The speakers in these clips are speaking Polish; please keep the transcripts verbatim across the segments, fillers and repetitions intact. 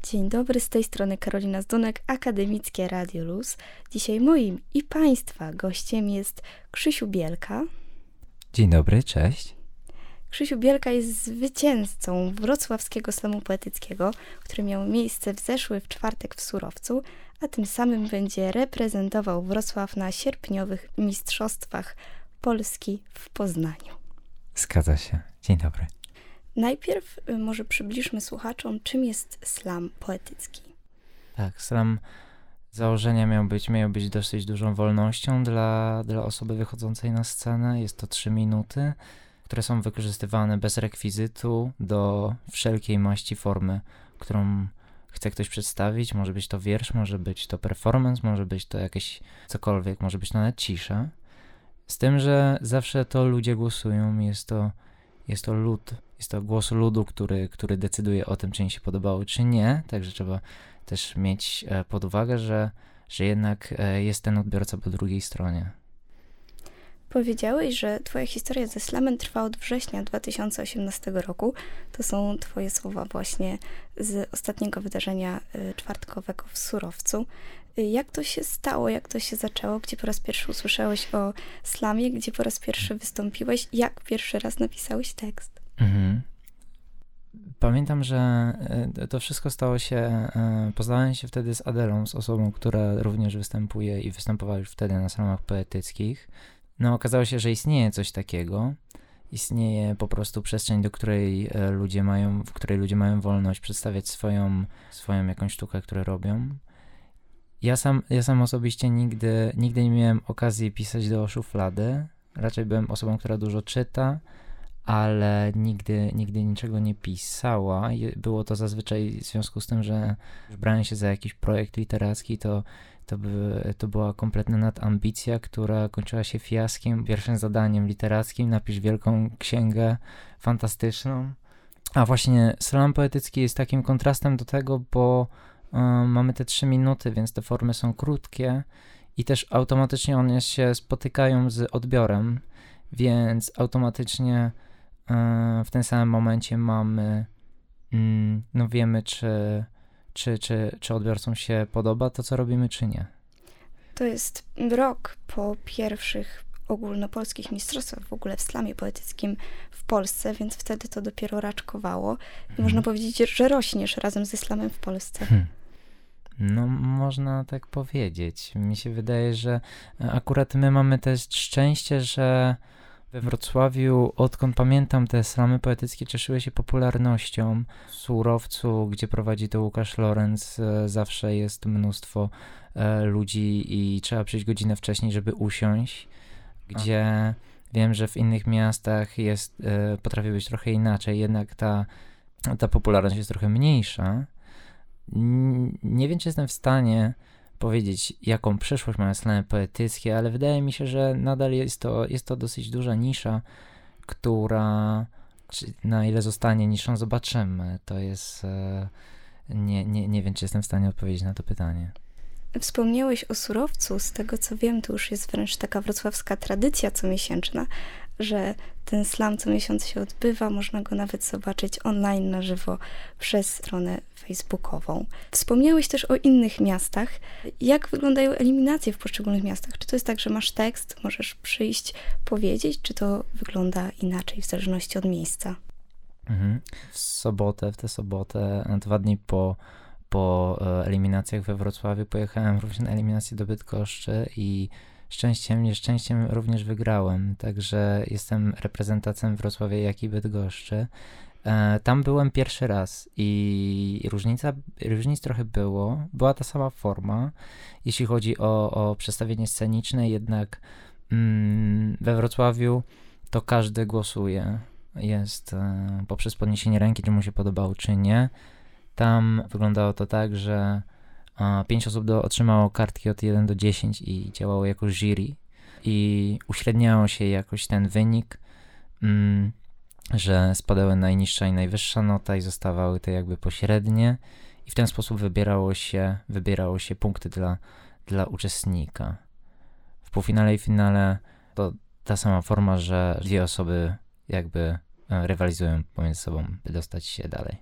Dzień dobry, z tej strony Karolina Zdunek, Akademickie Radio Luz. Dzisiaj moim i Państwa gościem jest Krzysiu Bielka. Dzień dobry, cześć. Krzysiu Bielka jest zwycięzcą wrocławskiego slamu poetyckiego, który miał miejsce w zeszły w czwartek w Surowcu, a tym samym będzie reprezentował Wrocław na sierpniowych Mistrzostwach Polski w Poznaniu. Zgadza się. Dzień dobry. Najpierw może przybliżmy słuchaczom, czym jest slam poetycki. Tak, slam z założenia miał być, miał być dosyć dużą wolnością dla, dla osoby wychodzącej na scenę. Jest to trzy minuty, które są wykorzystywane bez rekwizytu do wszelkiej maści formy, którą chce ktoś przedstawić. Może być to wiersz, może być to performance, może być to jakieś cokolwiek, może być to nawet cisza. Z tym, że zawsze to ludzie głosują, jest to, jest to lud, jest to głos ludu, który, który decyduje o tym, czy im się podobało, czy nie. Także trzeba też mieć pod uwagę, że, że jednak jest ten odbiorca po drugiej stronie. Powiedziałeś, że twoja historia ze slamem trwa od września dwa tysiące osiemnastego roku. To są twoje słowa właśnie z ostatniego wydarzenia czwartkowego w Surowcu. Jak to się stało? Jak to się zaczęło? Gdzie po raz pierwszy usłyszałeś o slamie? Gdzie po raz pierwszy wystąpiłeś? Jak pierwszy raz napisałeś tekst? Mhm. Pamiętam, że to wszystko stało się, poznałem się wtedy z Adelą, z osobą, która również występuje i występowała już wtedy na slamach poetyckich. No okazało się, że istnieje coś takiego. Istnieje po prostu przestrzeń, do której ludzie mają, w której ludzie mają wolność przedstawiać swoją, swoją jakąś sztukę, którą robią. Ja sam, ja sam osobiście nigdy, nigdy nie miałem okazji pisać do szuflady. Raczej byłem osobą, która dużo czyta, ale nigdy, nigdy niczego nie pisała. Było to zazwyczaj w związku z tym, że brałem się za jakiś projekt literacki, to, to, by, to była kompletna nadambicja, która kończyła się fiaskiem. Pierwszym zadaniem literackim: napisz wielką księgę fantastyczną. A właśnie slam poetycki jest takim kontrastem do tego, bo y, mamy te trzy minuty, więc te formy są krótkie i też automatycznie one się spotykają z odbiorem, więc automatycznie w tym samym momencie mamy, no wiemy, czy, czy, czy, czy odbiorcom się podoba to, co robimy, czy nie. To jest rok po pierwszych ogólnopolskich mistrzostwach w ogóle w slamie poetyckim w Polsce, więc wtedy to dopiero raczkowało. I hmm. można powiedzieć, że rośniesz razem ze slamem w Polsce. Hmm. No, można tak powiedzieć. Mi się wydaje, że akurat my mamy też szczęście, że we Wrocławiu, odkąd pamiętam, te slamy poetyckie cieszyły się popularnością. W Surowcu, gdzie prowadzi to Łukasz Lorenz, zawsze jest mnóstwo ludzi i trzeba przyjść godzinę wcześniej, żeby usiąść. Gdzie A. wiem, że w innych miastach jest, potrafi być trochę inaczej, jednak ta, ta popularność jest trochę mniejsza. Nie wiem, czy jestem w stanie powiedzieć, jaką przyszłość mają slamy poetyckie, ale wydaje mi się, że nadal jest to, jest to dosyć duża nisza, która, na ile zostanie niszą, zobaczymy. To jest, nie, nie, nie wiem, czy jestem w stanie odpowiedzieć na to pytanie. Wspomniałeś o Surowcu. Z tego, co wiem, to już jest wręcz taka wrocławska tradycja comiesięczna, że ten slam co miesiąc się odbywa. Można go nawet zobaczyć online na żywo przez stronę facebookową. Wspomniałeś też o innych miastach. Jak wyglądają eliminacje w poszczególnych miastach? Czy to jest tak, że masz tekst, możesz przyjść, powiedzieć, czy to wygląda inaczej w zależności od miejsca? Mhm. W sobotę, w tę sobotę, dwa dni po Po eliminacjach we Wrocławiu pojechałem również na eliminację do Bydgoszczy i szczęściem, nieszczęściem również wygrałem, także jestem reprezentantem Wrocławia, jak i Bydgoszczy. E, tam byłem pierwszy raz i różnica, różnic trochę było, była ta sama forma, jeśli chodzi o, o przedstawienie sceniczne, jednak mm, we Wrocławiu to każdy głosuje, jest e, poprzez podniesienie ręki, czy mu się podobało, czy nie. Tam wyglądało to tak, że a, pięć osób do, otrzymało kartki od jeden do dziesięciu i działało jako jury i uśredniało się jakoś ten wynik, mm, że spadały najniższa i najwyższa nota i zostawały te jakby pośrednie i w ten sposób wybierało się, wybierało się punkty dla, dla uczestnika. W półfinale i finale to ta sama forma, że dwie osoby jakby rywalizują pomiędzy sobą, by dostać się dalej.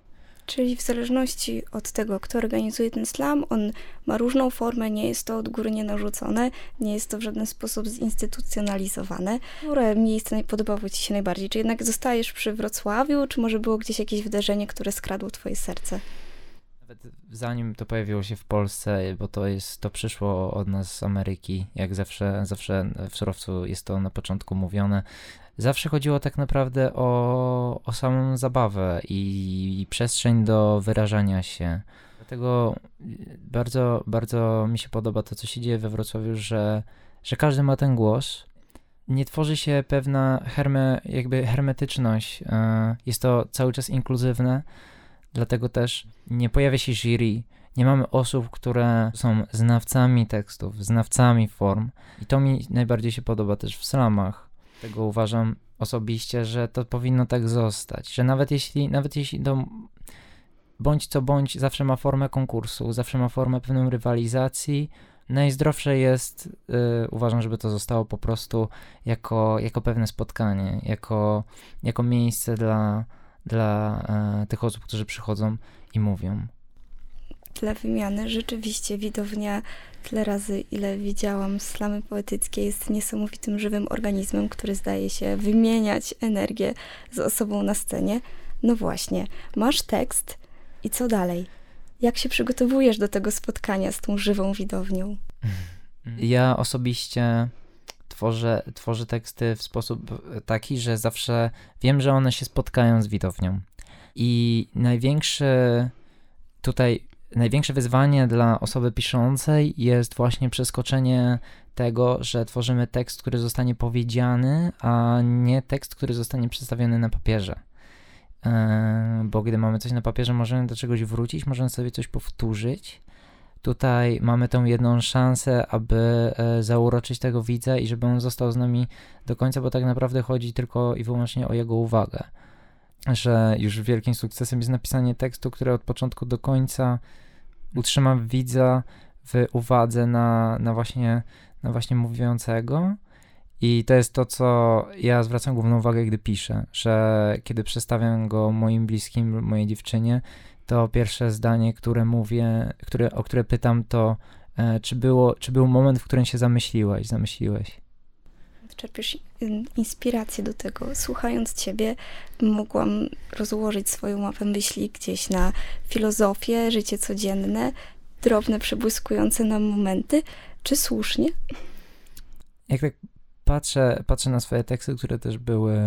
Czyli w zależności od tego, kto organizuje ten slam, on ma różną formę, nie jest to od góry nie narzucone, nie jest to w żaden sposób zinstytucjonalizowane. Które miejsce podobało ci się najbardziej? Czy jednak zostajesz przy Wrocławiu, czy może było gdzieś jakieś wydarzenie, które skradło twoje serce? Nawet zanim to pojawiło się w Polsce, bo to jest, to przyszło od nas z Ameryki, jak zawsze, zawsze w Surowcu jest to na początku mówione. Zawsze chodziło tak naprawdę o, o samą zabawę i, i przestrzeń do wyrażania się. Dlatego bardzo, bardzo mi się podoba to, co się dzieje we Wrocławiu, że, że każdy ma ten głos. Nie tworzy się pewna herme, jakby hermetyczność. Jest to cały czas inkluzywne, dlatego też nie pojawia się jury. Nie mamy osób, które są znawcami tekstów, znawcami form. I to mi najbardziej się podoba też w slamach. Tego uważam osobiście, że to powinno tak zostać, że nawet jeśli, nawet jeśli to bądź co bądź zawsze ma formę konkursu, zawsze ma formę pewnej rywalizacji, najzdrowsze jest, yy, uważam, żeby to zostało po prostu jako, jako pewne spotkanie, jako, jako miejsce dla, dla yy, tych osób, którzy przychodzą i mówią. Dla wymiany, rzeczywiście widownia tyle razy, ile widziałam slamy poetyckie, jest niesamowitym żywym organizmem, który zdaje się wymieniać energię z osobą na scenie. No właśnie, masz tekst i co dalej? Jak się przygotowujesz do tego spotkania z tą żywą widownią? Ja osobiście tworzę, tworzę teksty w sposób taki, że zawsze wiem, że one się spotkają z widownią. I największy tutaj Największe wyzwanie dla osoby piszącej jest właśnie przeskoczenie tego, że tworzymy tekst, który zostanie powiedziany, a nie tekst, który zostanie przedstawiony na papierze. Yy, bo gdy mamy coś na papierze, możemy do czegoś wrócić, możemy sobie coś powtórzyć. Tutaj mamy tą jedną szansę, aby yy, zauroczyć tego widza i żeby on został z nami do końca, bo tak naprawdę chodzi tylko i wyłącznie o jego uwagę. Że już wielkim sukcesem jest napisanie tekstu, który od początku do końca utrzyma widza w uwadze na, na, właśnie, na właśnie mówiącego. I to jest to, co ja zwracam główną uwagę, gdy piszę, że kiedy przedstawiam go moim bliskim, mojej dziewczynie, to pierwsze zdanie, które mówię, które, o które pytam, to e, czy, było, czy był moment, w którym się zamyśliłaś, zamyśliłeś. Czerpiesz inspirację do tego. Słuchając ciebie, mogłam rozłożyć swoją mapę myśli gdzieś na filozofię, życie codzienne, drobne, przebłyskujące nam momenty. Czy słusznie? Jak tak patrzę, patrzę na swoje teksty, które też były,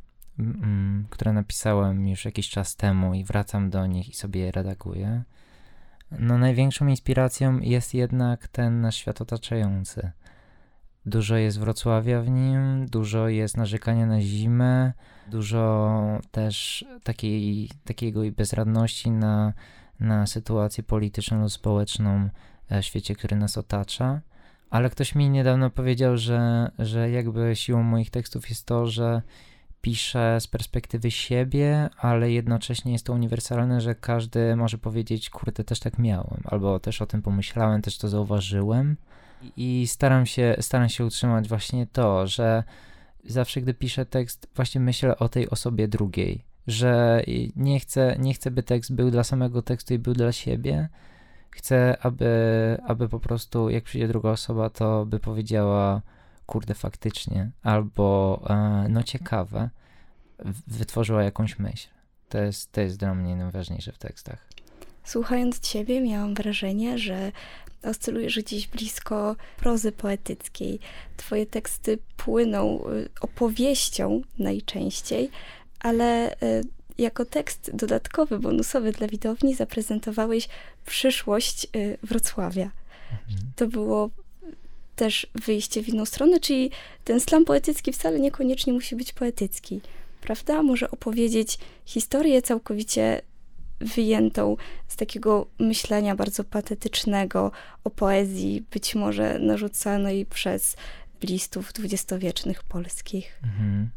mm, które napisałem już jakiś czas temu i wracam do nich i sobie je redaguję, no największą inspiracją jest jednak ten nasz świat otaczający. Dużo jest Wrocławia w nim, dużo jest narzekania na zimę, dużo też takiej, takiego bezradności na, na sytuację polityczną lub społeczną w świecie, który nas otacza. Ale ktoś mi niedawno powiedział, że, że jakby siłą moich tekstów jest to, że piszę z perspektywy siebie, ale jednocześnie jest to uniwersalne, że każdy może powiedzieć, kurde, też tak miałem, albo też o tym pomyślałem, też to zauważyłem. I staram się, staram się utrzymać właśnie to, że zawsze gdy piszę tekst, właśnie myślę o tej osobie drugiej, że nie chcę, nie chcę, by tekst był dla samego tekstu i był dla siebie. Chcę, aby, aby po prostu jak przyjdzie druga osoba, to by powiedziała, kurde, faktycznie, albo no ciekawe, wytworzyła jakąś myśl. To jest, to jest dla mnie najważniejsze w tekstach. Słuchając ciebie, miałam wrażenie, że oscylujesz gdzieś blisko prozy poetyckiej. Twoje teksty płyną opowieścią najczęściej, ale jako tekst dodatkowy, bonusowy dla widowni zaprezentowałeś przyszłość Wrocławia. Mhm. To było też wyjście w inną stronę, czyli ten slam poetycki wcale niekoniecznie musi być poetycki, prawda? Może opowiedzieć historię całkowicie wyjętą z takiego myślenia bardzo patetycznego o poezji, być może narzucanej przez listów dwudziestowiecznych polskich. Mhm.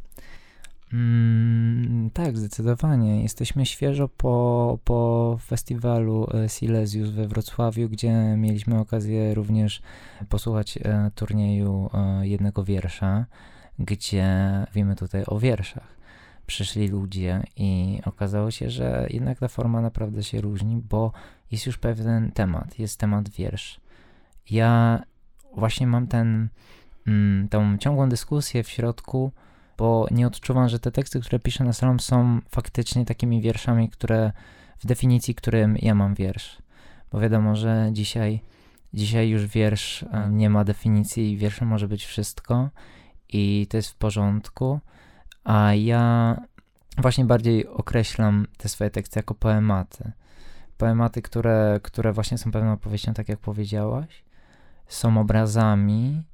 Mm, tak, zdecydowanie. Jesteśmy świeżo po, po festiwalu Silesius we Wrocławiu, gdzie mieliśmy okazję również posłuchać e, turnieju e, jednego wiersza, gdzie mówimy tutaj o wierszach. przyszli ludzie i okazało się, że jednak ta forma naprawdę się różni, bo jest już pewien temat, jest temat wiersz. Ja właśnie mam ten, mm, tą ciągłą dyskusję w środku, bo nie odczuwam, że te teksty, które piszę na slalom są faktycznie takimi wierszami, które w definicji, którym ja mam wiersz. Bo wiadomo, że dzisiaj, dzisiaj już wiersz nie ma definicji, wierszem może być wszystko i to jest w porządku, a ja właśnie bardziej określam te swoje teksty jako poematy. Poematy, które, które właśnie są pewną opowieścią, tak jak powiedziałaś, są obrazami,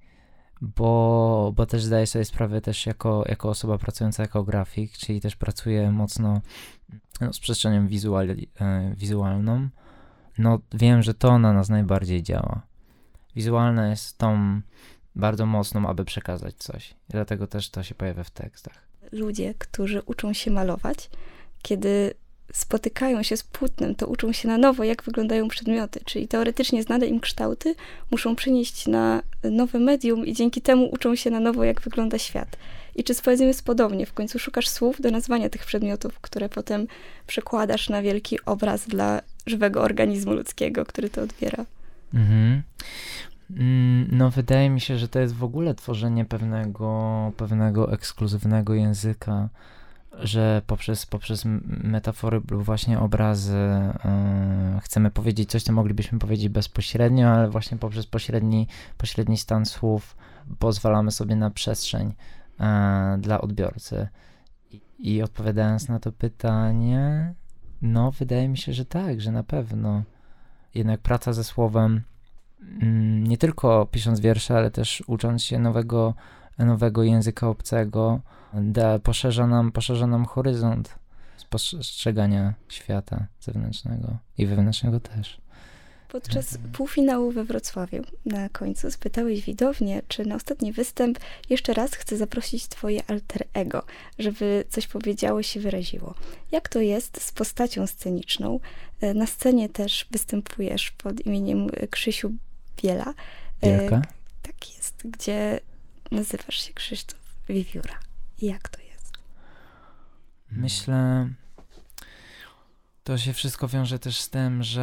bo, bo też zdaję sobie sprawę też jako, jako osoba pracująca jako grafik, czyli też pracuję mocno no, z przestrzenią wizuali, e, wizualną, no wiem, że to na nas najbardziej działa. Wizualna jest tą bardzo mocną, aby przekazać coś. I dlatego też to się pojawia w tekstach. Ludzie, którzy uczą się malować, kiedy spotykają się z płótnem, to uczą się na nowo, jak wyglądają przedmioty, czyli teoretycznie znane im kształty muszą przenieść na nowe medium i dzięki temu uczą się na nowo, jak wygląda świat. I czy z poezją jest podobnie? W końcu szukasz słów do nazwania tych przedmiotów, które potem przekładasz na wielki obraz dla żywego organizmu ludzkiego, który to odbiera. Mhm. No wydaje mi się, że to jest w ogóle tworzenie pewnego, pewnego ekskluzywnego języka, że poprzez, poprzez metafory lub właśnie obrazy yy, chcemy powiedzieć coś, co moglibyśmy powiedzieć bezpośrednio, ale właśnie poprzez pośredni, pośredni stan słów pozwalamy sobie na przestrzeń yy, dla odbiorcy. I, I odpowiadając na to pytanie, no wydaje mi się, że tak, że na pewno. Jednak praca ze słowem, yy, nie tylko pisząc wiersze, ale też ucząc się nowego nowego języka obcego, da, poszerza nam, poszerza nam horyzont spostrzegania świata zewnętrznego i wewnętrznego też. Podczas półfinału we Wrocławiu na końcu spytałeś widownię, czy na ostatni występ jeszcze raz chce zaprosić twoje alter ego, żeby coś powiedziało, się wyraziło. Jak to jest z postacią sceniczną? Na scenie też występujesz pod imieniem Krzysiu Biela. Bielka? Tak jest, gdzie nazywasz się Krzysztof Wiewióra. Jak to jest? Myślę, to się wszystko wiąże też z tym, że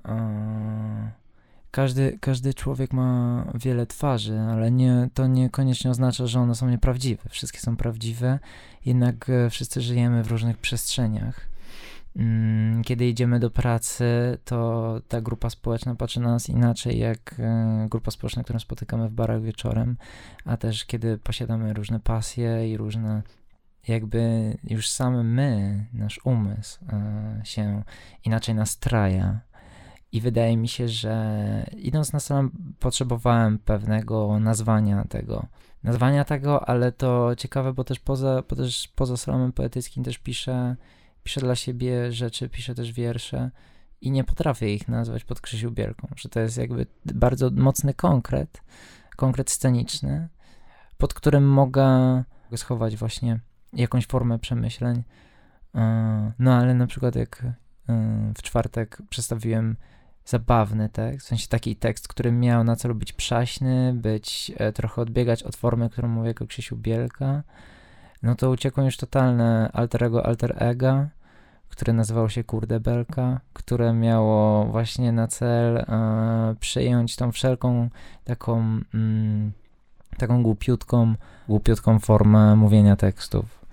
e, każdy, każdy człowiek ma wiele twarzy, ale nie, to niekoniecznie oznacza, że one są nieprawdziwe. Wszystkie są prawdziwe, jednak e, wszyscy żyjemy w różnych przestrzeniach. Kiedy idziemy do pracy, to ta grupa społeczna patrzy na nas inaczej jak grupa społeczna, którą spotykamy w barach wieczorem, a też kiedy posiadamy różne pasje i różne, jakby już same my, nasz umysł się inaczej nastraja. I wydaje mi się, że idąc na salon potrzebowałem pewnego nazwania tego, nazwania tego, ale to ciekawe, bo też poza, bo też poza salonem poetyckim też piszę Piszę dla siebie rzeczy, piszę też wiersze i nie potrafię ich nazwać pod Krzysiu Bielką, że to jest jakby bardzo mocny konkret, konkret sceniczny, pod którym mogę schować właśnie jakąś formę przemyśleń. No ale na przykład jak w czwartek przedstawiłem zabawny tekst, w sensie taki tekst, który miał na celu być przaśny, być trochę odbiegać od formy, którą mówię jako Krzysiu Bielka, no to uciekło już totalne alterego alter ega, które nazywało się Kurde Belka, które miało właśnie na cel e, przyjąć tą wszelką taką, mm, taką głupiutką, głupiutką formę mówienia tekstów.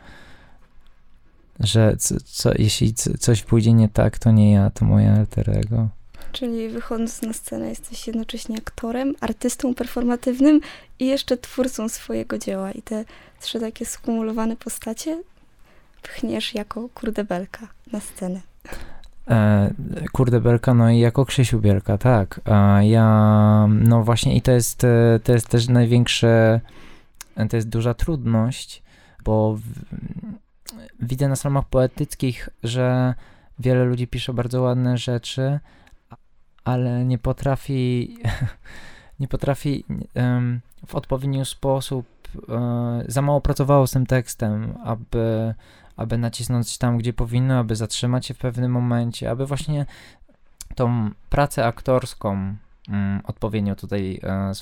Że co, co, jeśli c- coś pójdzie nie tak, to nie ja, to moje alter ego. Czyli wychodząc na scenę jesteś jednocześnie aktorem, artystą performatywnym i jeszcze twórcą swojego dzieła. I te trzy takie skumulowane postacie pchniesz jako Kurde Belka na scenę. E, Kurde Belka, no i jako Krzysiu Bielka, tak. A ja, no właśnie i to jest, to jest też największe, to jest duża trudność, bo w, widzę na slamach poetyckich, że wiele ludzi pisze bardzo ładne rzeczy, ale nie potrafi, nie potrafi um, w odpowiedni sposób, um, za mało pracowało z tym tekstem, aby, aby nacisnąć tam, gdzie powinno, aby zatrzymać się w pewnym momencie, aby właśnie tą pracę aktorską um, odpowiednio tutaj um,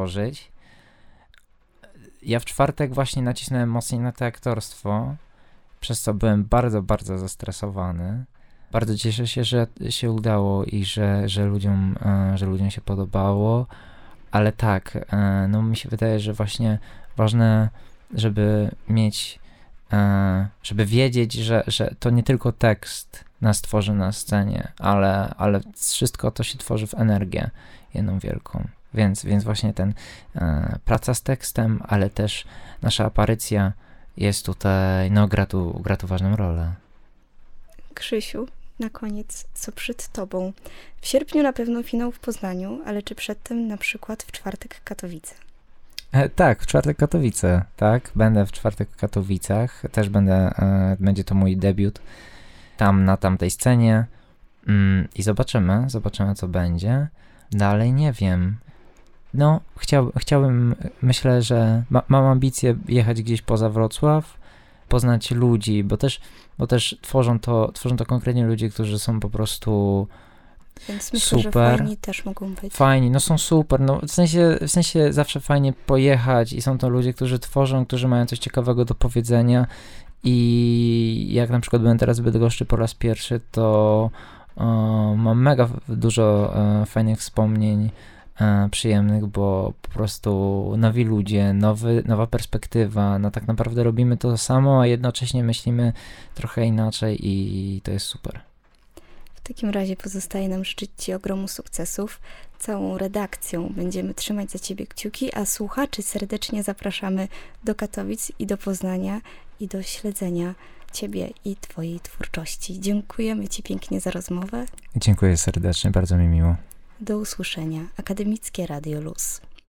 utworzyć. Ja w czwartek właśnie nacisnąłem mocniej na to aktorstwo przez co byłem bardzo, bardzo zestresowany. Bardzo cieszę się, że się udało i że, że, ludziom, że ludziom się podobało, ale tak, no mi się wydaje, że właśnie ważne, żeby mieć, żeby wiedzieć, że, że to nie tylko tekst nas tworzy na scenie, ale, ale wszystko to się tworzy w energię jedną wielką. Więc, więc właśnie ten praca z tekstem, ale też nasza aparycja jest tutaj, no gra tu, gra tu ważną rolę. Krzysiu, na koniec, co przed tobą? W sierpniu na pewno finał w Poznaniu, ale czy przedtem na przykład w czwartek Katowice? E, tak, w czwartek Katowice, tak. Będę w czwartek w Katowicach, też będę, e, będzie to mój debiut tam na tamtej scenie mm, i zobaczymy, zobaczymy co będzie. Dalej nie wiem. No, chciał, chciałbym, myślę, że ma, mam ambicje jechać gdzieś poza Wrocław, poznać ludzi, bo też, bo też tworzą to, tworzą to konkretnie ludzie, którzy są po prostu Więc myślę, super. że fajni też mogą być. Fajni, no są super, no w sensie, w sensie zawsze fajnie pojechać i są to ludzie, którzy tworzą, którzy mają coś ciekawego do powiedzenia i jak na przykład byłem teraz w Bydgoszczy po raz pierwszy, to o, mam mega dużo e, fajnych wspomnień e, przyjemnych, bo po prostu nowi ludzie, nowy, nowa perspektywa, no tak naprawdę robimy to samo, a jednocześnie myślimy trochę inaczej i to jest super. W takim razie pozostaje nam życzyć Ci ogromu sukcesów. Całą redakcją będziemy trzymać za Ciebie kciuki, a słuchaczy serdecznie zapraszamy do Katowic i do Poznania i do śledzenia Ciebie i Twojej twórczości. Dziękujemy Ci pięknie za rozmowę. Dziękuję serdecznie, bardzo mi miło. Do usłyszenia. Akademickie Radio Luz.